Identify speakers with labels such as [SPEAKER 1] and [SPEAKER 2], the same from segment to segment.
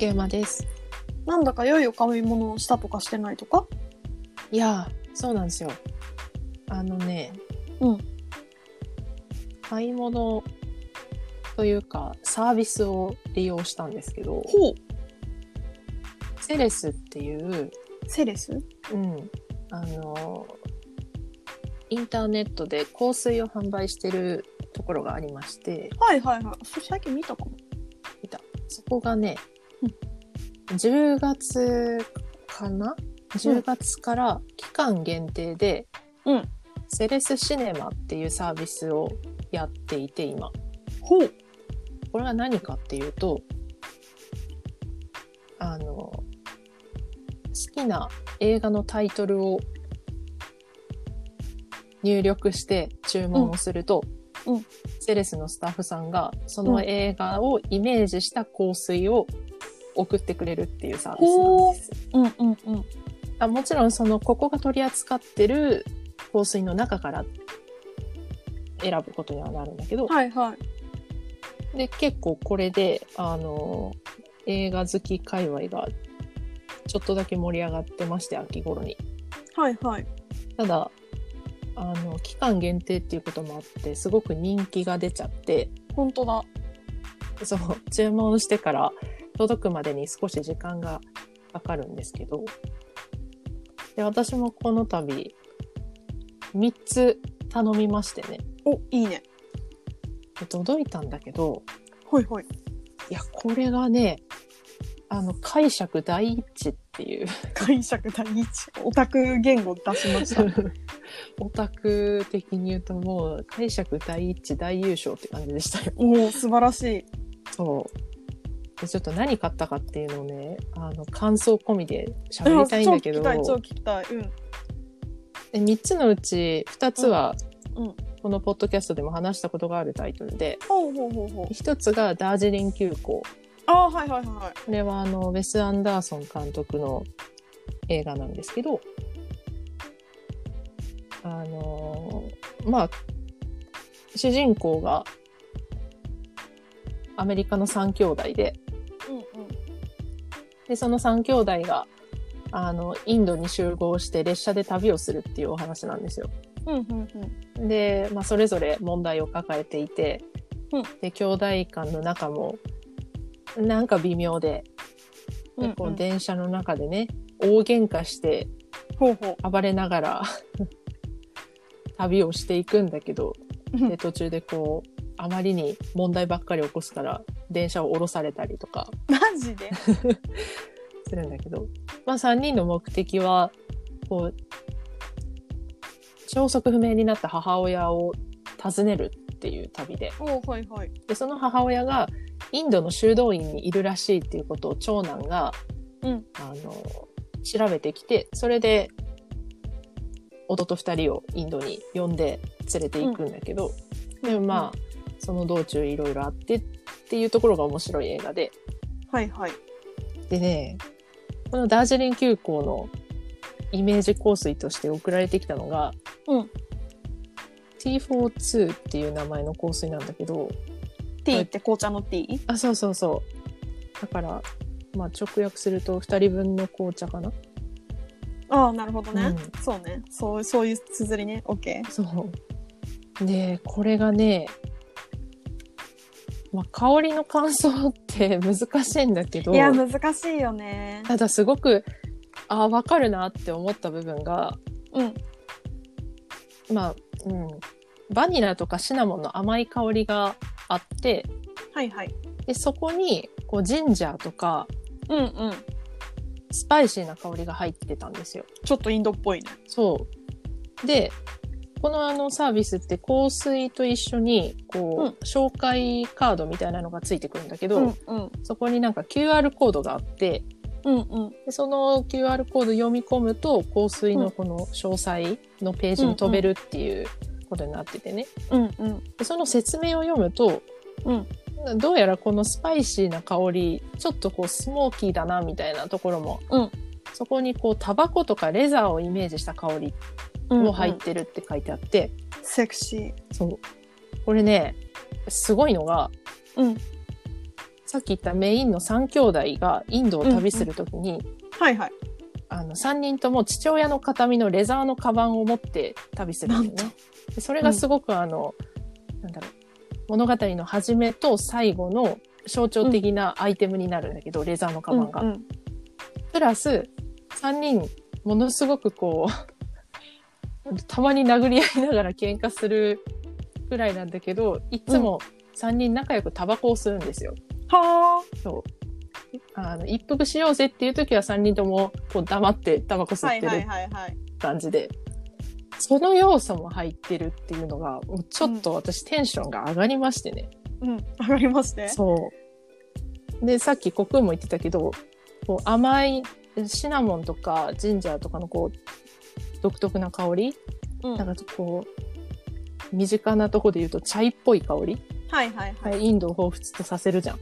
[SPEAKER 1] 竹馬です。
[SPEAKER 2] なんだか良いお買い物をしたとかしてないとか？
[SPEAKER 1] いやー、そうなんですよ。
[SPEAKER 2] うん。
[SPEAKER 1] 買い物というかサービスを利用したんですけど、
[SPEAKER 2] ほう。
[SPEAKER 1] セレスっていう、
[SPEAKER 2] セレス？
[SPEAKER 1] インターネットで香水を販売してるところがありまして、
[SPEAKER 2] はいはいはい。それ最近見たかも。
[SPEAKER 1] そこがね、10月かな、10月から期間限定で、セレスシネマっていうサービスをやっていて今。
[SPEAKER 2] ほう。
[SPEAKER 1] これは何かっていうと、好きな映画のタイトルを入力して注文をすると、セレスのスタッフさんがその映画をイメージした香水を送ってくれるっていうサービスなんです。もちろんここが取り扱ってる香水の中から選ぶことにはなるんだけど、
[SPEAKER 2] はいはい。
[SPEAKER 1] で結構これで映画好き界隈がちょっとだけ盛り上がってまして、秋頃に。
[SPEAKER 2] はいはい。
[SPEAKER 1] ただ期間限定っていうこともあってすごく人気が出ちゃって、
[SPEAKER 2] 本当だ。
[SPEAKER 1] そう、注文してから届くまでに少し時間がかかるんですけど、で私もこの度3つ頼みましてね。
[SPEAKER 2] お、いいね。
[SPEAKER 1] 届いたんだけど、
[SPEAKER 2] はいはい。
[SPEAKER 1] いやこれがね、解釈第一っていう
[SPEAKER 2] 解釈第一。オタク言語出しました。
[SPEAKER 1] オタク的に言うともう解釈第一大優勝って感じでしたよ。
[SPEAKER 2] おお、素晴らしい。
[SPEAKER 1] そうでちょっと何買ったかっていうのをね、感想込みで喋りたいんだけど、
[SPEAKER 2] 超聞きたい。
[SPEAKER 1] で3つのうち2つは、このポッドキャストでも話したことがあるタイトルで、1つがダージリン急行。
[SPEAKER 2] ああ、はいはいはい。
[SPEAKER 1] これはウェス・アンダーソン監督の映画なんですけど、主人公がアメリカの3兄弟で、でその3兄弟がインドに集合して列車で旅をするっていうお話なんですよ。で、それぞれ問題を抱えていて、で兄弟間の仲もなんか微妙で、こう電車の中でね大喧嘩して暴れながら旅をしていくんだけど、で途中でこうあまりに問題ばっかり起こすから電車を降ろされたりとか
[SPEAKER 2] マジで
[SPEAKER 1] するんだけど、3人の目的はこう消息不明になった母親を訪ねるっていう旅で、でその母親がインドの修道院にいるらしいっていうことを長男が、調べてきて、それで弟2人をインドに呼んで連れて行くんだけど、でもその道中いろいろあってっていうところが面白い映画で、でね、このダージリン急行のイメージ香水として送られてきたのが、T42 っていう名前の香水なんだけど、
[SPEAKER 2] ティーって紅茶のティー？
[SPEAKER 1] あ、そうそうそう。だから、直訳すると2人分の紅茶かな？
[SPEAKER 2] ああ、なるほどね。そうね。そういう綴りね。OK。
[SPEAKER 1] そう。で、これがね、香りの感想って難しいんだけど。
[SPEAKER 2] いや、難しいよね。
[SPEAKER 1] ただすごく、わかるなって思った部分が、バニラとかシナモンの甘い香りがあって、でそこにこうジンジャーとか、スパイシーな香りが入ってたんですよ。
[SPEAKER 2] ちょっとインドっぽいね。
[SPEAKER 1] そうで、このサービスって香水と一緒にこう、紹介カードみたいなのがついてくるんだけど、そこになんか QR コードがあって、でその QR コード読み込むと香水のこの詳細のページに飛べるっていうことになっててね、でその説明を読むと、どうやらこのスパイシーな香り、ちょっとこうスモーキーだなみたいなところも、そこにこうタバコとかレザーをイメージした香りも入ってるって書いてあって、
[SPEAKER 2] セクシー。
[SPEAKER 1] そう。これね、すごいのが、 さっき言ったメインの3兄弟がインドを旅するときに、
[SPEAKER 2] はいはい。
[SPEAKER 1] 3人とも父親の形見のレザーのカバンを持って旅するんだよね。でそれがすごくなんだろう、物語の始めと最後の象徴的なアイテムになるんだけど、レザーのカバンが。プラス、3人、ものすごくこう、たまに殴り合いながら喧嘩するくらいなんだけど、いつも3人仲良くタバコを吸うんですよ。
[SPEAKER 2] はあ。
[SPEAKER 1] そう。一服しようぜっていう時は3人ともこう黙ってタバコ吸ってる感じで、その要素も入ってるっていうのが、もうちょっと私テンションが上がりましてね。
[SPEAKER 2] 上がりまして。そう。
[SPEAKER 1] で、さっきコクーンも言ってたけど、こう甘いシナモンとかジンジャーとかのこう独特な香り、なんかこう身近なとこで言うとチャイっぽい香り、インドを彷彿とさせるじゃん。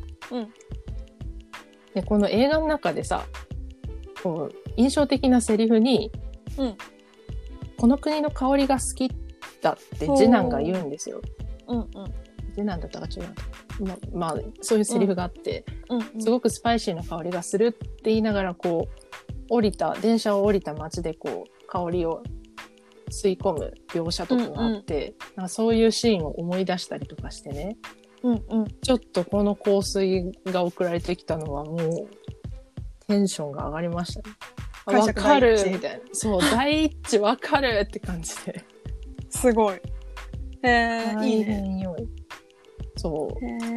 [SPEAKER 1] でこの映画の中でさ、こう印象的なセリフに、この国の香りが好きだって次男が言うんですよ。次男だったか違う。まあそういうセリフがあって、すごくスパイシーな香りがするって言いながらこう電車を降りた街でこう香りを吸い込む描写とかがあって、なんかそういうシーンを思い出したりとかしてね、ちょっとこの香水が送られてきたのはもうテンションが上がりましたね。わかるみたいな。そう、第一わかるって感じで。
[SPEAKER 2] すごい。いいね。
[SPEAKER 1] 匂い。そう。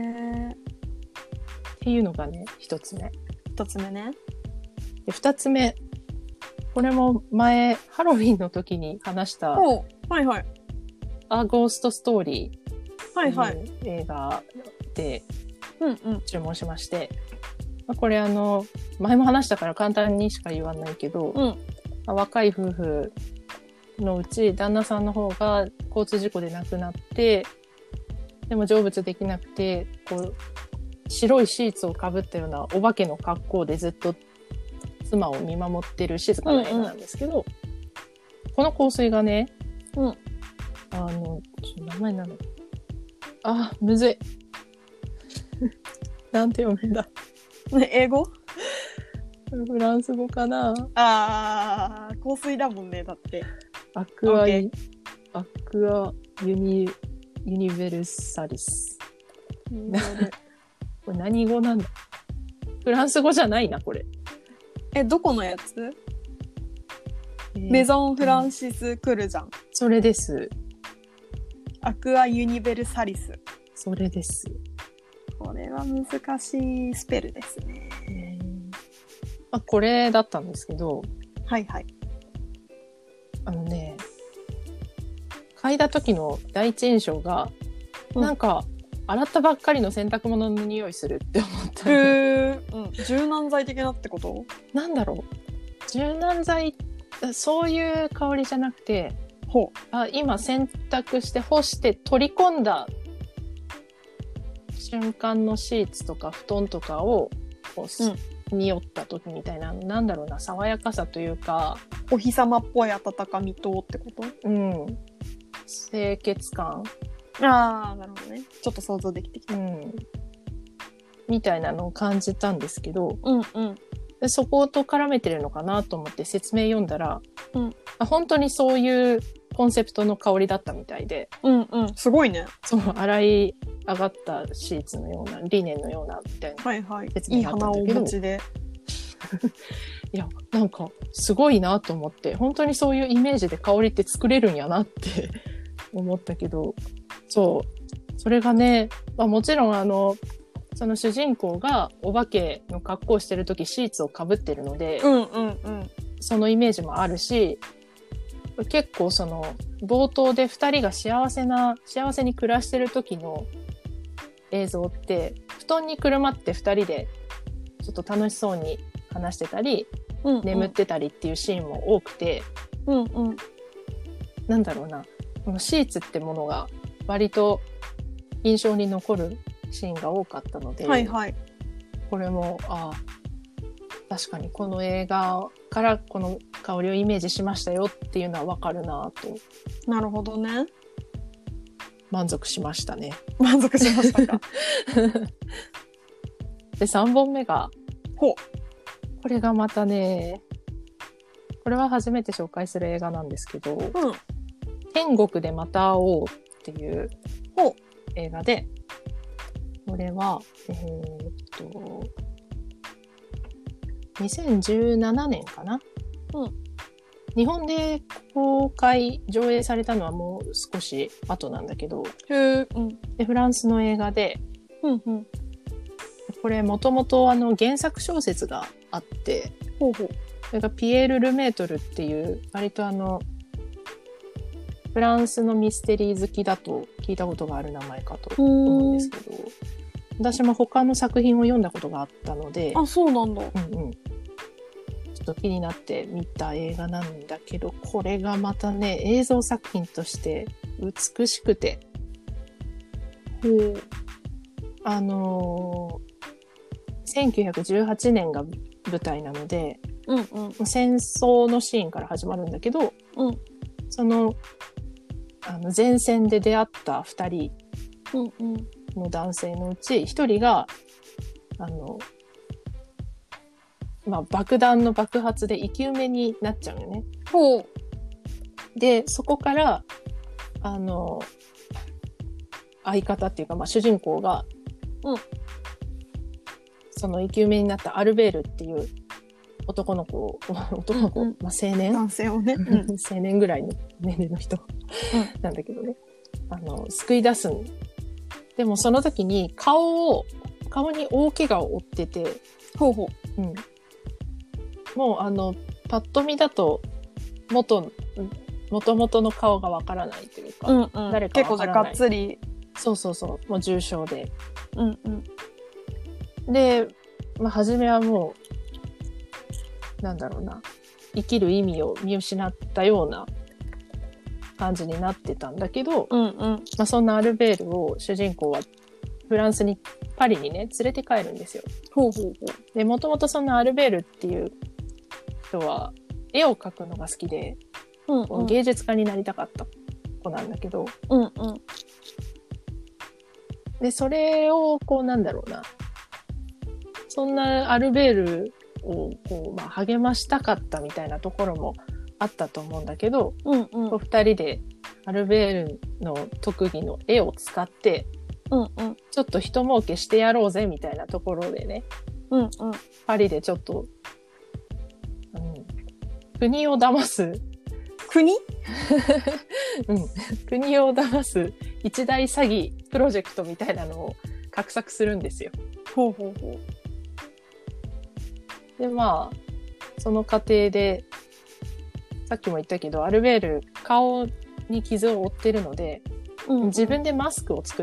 [SPEAKER 1] っていうのがね、一つ目。
[SPEAKER 2] 一つ目ね。
[SPEAKER 1] で、二つ目。これも前、ハロウィンの時に話した、アゴーストストーリー。映画で注文しまして。これ前も話したから簡単にしか言わないけど、若い夫婦のうち旦那さんの方が交通事故で亡くなって、でも成仏できなくて、こう白いシーツをかぶったようなお化けの格好でずっと妻を見守ってる静かな映画なんですけど、この香水がね、名前なんだろう。むずい。なんて読むんだ。
[SPEAKER 2] 英語？
[SPEAKER 1] フランス語かな。
[SPEAKER 2] 香水だもんね、だって。
[SPEAKER 1] アクアユニベルサリス。これ何語なんだ？フランス語じゃないな、これ。
[SPEAKER 2] どこのやつ？メゾン・フランシス・クルジャン。
[SPEAKER 1] それです。
[SPEAKER 2] アクアユニベルサリス。
[SPEAKER 1] それです。
[SPEAKER 2] これは難しいスペルですね。
[SPEAKER 1] これだったんですけど。嗅いだ時の第一印象が、なんか、洗ったばっかりの洗濯物の匂いするって思った。
[SPEAKER 2] 柔軟剤的なってこと？
[SPEAKER 1] なんだろう。柔軟剤、そういう香りじゃなくて、今洗濯して干して取り込んだ瞬間のシーツとか布団とかをこう、匂った時みたいな、なんだろうな、爽やかさというか、
[SPEAKER 2] お日様っぽい温かみとってこと？
[SPEAKER 1] 清潔感。
[SPEAKER 2] なるほどね。ちょっと想像できてきた。
[SPEAKER 1] みたいなのを感じたんですけど、でそこと絡めてるのかなと思って説明読んだら、本当にそういうコンセプトの香りだったみたいで、
[SPEAKER 2] すごいね。
[SPEAKER 1] そう、洗い上がったシーツのような、リネンのようなみたいな説明があったんだけど、
[SPEAKER 2] いい鼻をお持ちで。
[SPEAKER 1] いや、なんかすごいなと思って、本当にそういうイメージで香りって作れるんやなって思ったけど、そう、それがね、もちろんその主人公がお化けの格好をしてるときシーツをかぶってるので、そのイメージもあるし、結構その冒頭で二人が幸せに暮らしてる時の映像って、布団にくるまって二人でちょっと楽しそうに話してたり、眠ってたりっていうシーンも多くて、なんだろうな、このシーツってものが割と印象に残るシーンが多かったので、これも確かにこの映画からこの香りをイメージしましたよっていうのは分かるなと。
[SPEAKER 2] なるほどね。
[SPEAKER 1] 満足しましたね。
[SPEAKER 2] 満足しましたか。
[SPEAKER 1] で、3本目が、
[SPEAKER 2] ほう。
[SPEAKER 1] これがまたね、これは初めて紹介する映画なんですけど、天国でまた会おうっていう映画で、これは、2017年かな、日本で上映されたのはもう少し後なんだけど、でフランスの映画で、これもともと原作小説があって、それがピエール・ルメートルっていう割とフランスのミステリー好きだと聞いたことがある名前かと思うんですけど、私も他の作品を読んだことがあったので、
[SPEAKER 2] あ、そうなんだ。
[SPEAKER 1] ちょっと気になって見た映画なんだけど、これがまたね、映像作品として美しくて、1918年が舞台なので、戦争のシーンから始まるんだけど、その前線で出会った2人の男性のうち1人が爆弾の爆発で生き埋めになっちゃうよね。でそこから相方っていうか、主人公が、その生き埋めになったアルベールっていう男の子、青年、
[SPEAKER 2] 男性をね、
[SPEAKER 1] 青年ぐらいの年齢の人なんだけどね、救い出すん。でもその時に顔に大怪我を負ってて、もうパッと見だと元々の顔がわからないというか、誰かわからない。結構がっつり。そう、もう重傷で。で、初めはもう、なんだろうな、生きる意味を見失ったような感じになってたんだけど、そんなアルベールを主人公はフランスに、パリにね、連れて帰るんですよ。で、もともとそんなアルベールっていう人は絵を描くのが好きで、芸術家になりたかった子なんだけど、で、それをなんだろうな、そんなアルベールを励ましたかったみたいなところもあったと思うんだけど、二人でアルベールの特技の絵を使って、ちょっと人儲けしてやろうぜみたいなところでね、パリでちょっと、国を騙す国を騙す一大詐欺プロジェクトみたいなのを画策するんですよ。で、その過程で、さっきも言ったけど、アルベール、顔に傷を負ってるので、自分でマスクを作って、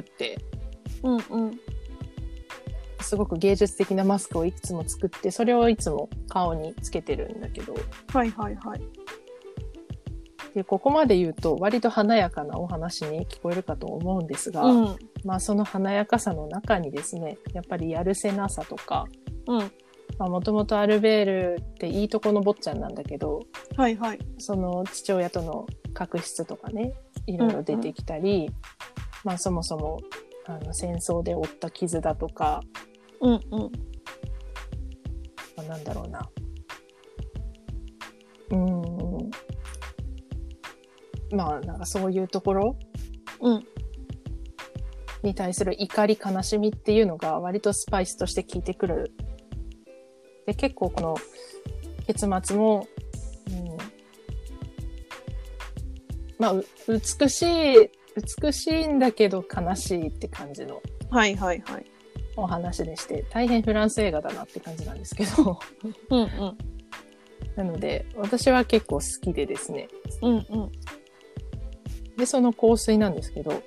[SPEAKER 1] すごく芸術的なマスクをいくつも作って、それをいつも顔につけてるんだけど。で、ここまで言うと、割と華やかなお話に聞こえるかと思うんですが、その華やかさの中にですね、やっぱりやるせなさとか、もともとアルベールっていいとこの坊ちゃんなんだけど、その父親との確執とかね、いろいろ出てきたり、そもそも戦争で負った傷だとか、なんだろうな、なんかそういうところ、に対する怒り悲しみっていうのが割とスパイスとして効いてくる。で、結構この結末も、美しいんだけど悲しいって感じのお話でして、大変フランス映画だなって感じなんですけどなので私は結構好きでですね、でその香水なんですけど、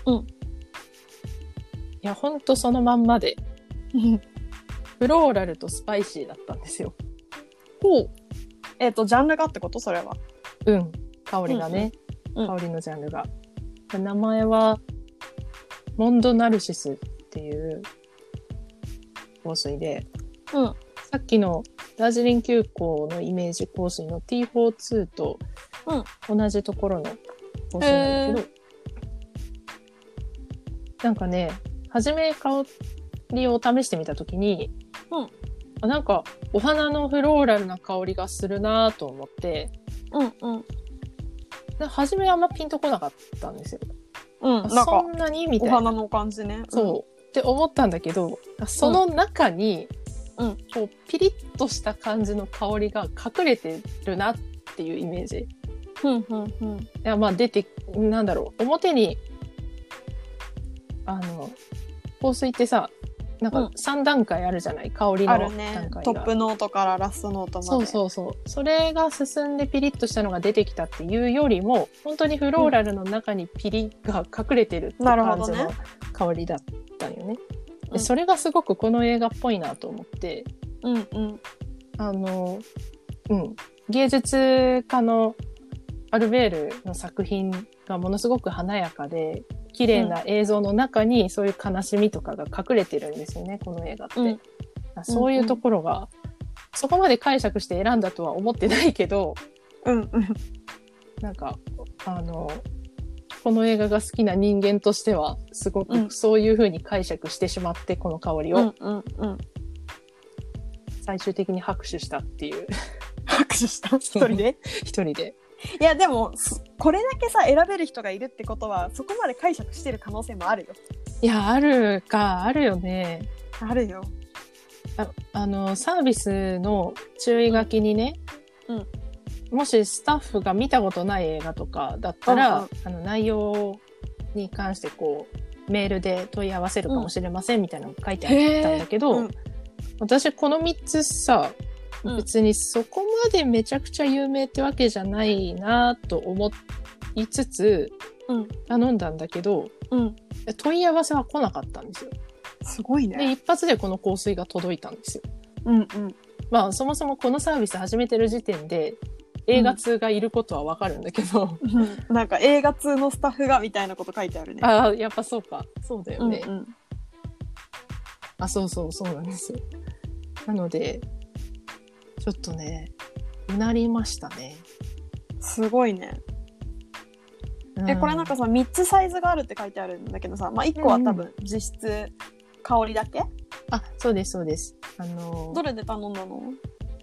[SPEAKER 1] いやほんとそのまんまでフローラルとスパイシーだったんですよ。
[SPEAKER 2] ジャンルがってことそれは？
[SPEAKER 1] 香りがね、香りのジャンルが。名前はモンドナルシスっていう香水で、さっきのダージリン急行のイメージ香水の T42 と同じところの香水なんだけど、なんかね、初め香っりを試してみたときに、なんかお花のフローラルな香りがするなと思って、初めはあんまピンとこなかったんですよ。なんかそんなにみたいな。
[SPEAKER 2] お花の感じね。
[SPEAKER 1] そうって思ったんだけど、その中に、こうピリッとした感じの香りが隠れてるなっていうイメージ。いや、まあ出て、なんだろう、表に、香水ってさ、なんか3段階あるじゃない、香りの段階が。
[SPEAKER 2] トップノートからラストノートまで。
[SPEAKER 1] そう。それが進んでピリッとしたのが出てきたっていうよりも、本当にフローラルの中にピリが隠れてるって感じの香りだったよね。でそれがすごくこの映画っぽいなと思って、芸術家のアルベールの作品がものすごく華やかで、綺麗な映像の中にそういう悲しみとかが隠れてるんですよね、この映画って。そういうところが、そこまで解釈して選んだとは思ってないけど、なんか、この映画が好きな人間としては、すごくそういう風に解釈してしまって、この香りを、最終的に拍手したっていう。
[SPEAKER 2] 拍手した一人で
[SPEAKER 1] 一人で。
[SPEAKER 2] いやでもこれだけさ選べる人がいるってことはそこまで解釈してる可能性もあるよ。
[SPEAKER 1] いやあるよね。
[SPEAKER 2] あるよ。
[SPEAKER 1] サービスの注意書きにね、もしスタッフが見たことない映画とかだったら、内容に関してこうメールで問い合わせるかもしれませんみたいなのが書いてあったんだけど、私この3つさ、別にそこまでめちゃくちゃ有名ってわけじゃないなと思いつつ、頼んだんだけど、問い合わせは来なかったんですよ。
[SPEAKER 2] すごいね。
[SPEAKER 1] で、一発でこの香水が届いたんですよ。まあ、そもそもこのサービス始めてる時点で、映画通がいることはわかるんだけど、
[SPEAKER 2] なんか映画通のスタッフがみたいなこと書いてあるね。
[SPEAKER 1] ああ、やっぱそうか。そうだよね。そうなんですよ。なので、ちょっとね、うなりましたね。
[SPEAKER 2] すごいね。これなんかさ、3つサイズがあるって書いてあるんだけどさ、まあ1個は多分実質香りだけ？
[SPEAKER 1] そうです、そうです。
[SPEAKER 2] どれで頼んだの？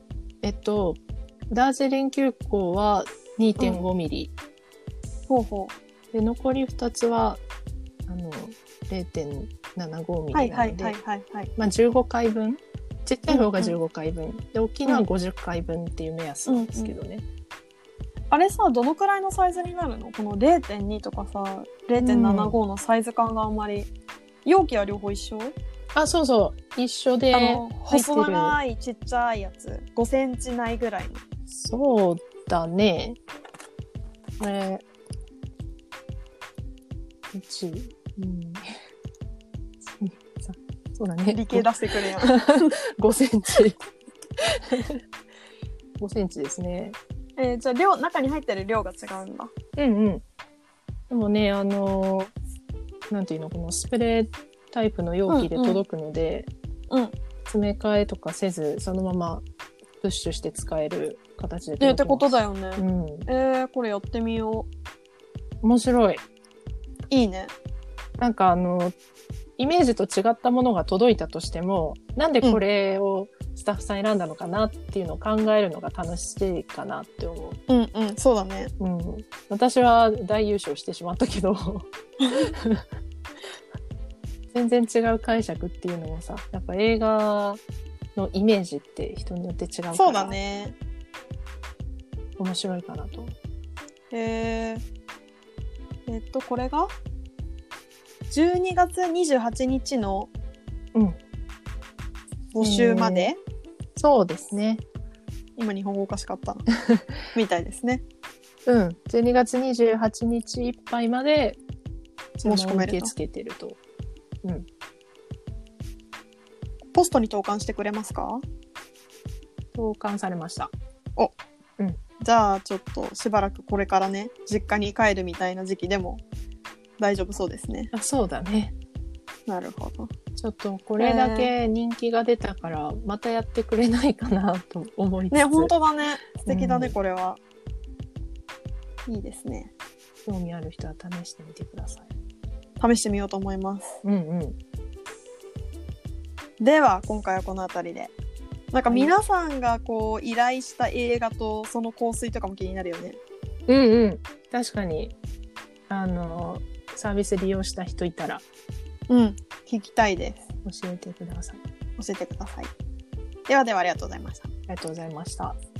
[SPEAKER 1] ダージリン急行は 2.5 ミリ。で、残り2つは、0.75 ミリなので、まあ15回分。ちっちゃい方が15回分、で大きいのは50回分っていう目安なんですけどね、
[SPEAKER 2] あれさどのくらいのサイズになるの？この 0.2 とかさ 0.75 のサイズ感があんまり、容器は両方一緒？
[SPEAKER 1] そう一緒で入ってる。
[SPEAKER 2] 細長いちっちゃいやつ5センチないぐらいの。
[SPEAKER 1] そうだね。1、2、そうだね。
[SPEAKER 2] 理系出してくれやん。
[SPEAKER 1] 5センチ。5センチですね。
[SPEAKER 2] じゃあ中に入ってる量が違うんだ。
[SPEAKER 1] でもね、なんていうの、このスプレータイプの容器で届くので、詰め替えとかせず、そのままプッシュして使える形で届きます。
[SPEAKER 2] ってことだよね。これやってみよ
[SPEAKER 1] う。面白い。
[SPEAKER 2] いいね。
[SPEAKER 1] なんかイメージと違ったものが届いたとしても、なんでこれをスタッフさん選んだのかなっていうのを考えるのが楽しいかなって思う。
[SPEAKER 2] そうだね。
[SPEAKER 1] 私は大優勝してしまったけど、全然違う解釈っていうのもさ、やっぱ映画のイメージって人によって違うから。
[SPEAKER 2] そうだね。
[SPEAKER 1] 面白いかなと。
[SPEAKER 2] これが12月28日の募集まで、
[SPEAKER 1] そうですね。
[SPEAKER 2] 今日本語おかしかったみたいですね。
[SPEAKER 1] 12月28日いっぱいまで
[SPEAKER 2] 申し込めると。
[SPEAKER 1] 受け付けてると。
[SPEAKER 2] ポストに投函してくれますか？
[SPEAKER 1] 投函されました。
[SPEAKER 2] じゃあちょっとしばらくこれからね、実家に帰るみたいな時期でも大丈夫そうですね。
[SPEAKER 1] そうだね。
[SPEAKER 2] なるほど。
[SPEAKER 1] ちょっとこれだけ人気が出たからまたやってくれないかなと思いつつ。
[SPEAKER 2] ね、本当だね。素敵だね、これは。いいですね。
[SPEAKER 1] 興味ある人は試してみてください。
[SPEAKER 2] 試してみようと思います。 では今回はこの辺りで。なんか皆さんがこう依頼した映画とその香水とかも気になるよね。
[SPEAKER 1] うんうん。確かにサービス利用した人いたら、
[SPEAKER 2] 聞きたいです。
[SPEAKER 1] 教えてください。
[SPEAKER 2] 教えてください。ではではありがとうございました。
[SPEAKER 1] ありがとうございました。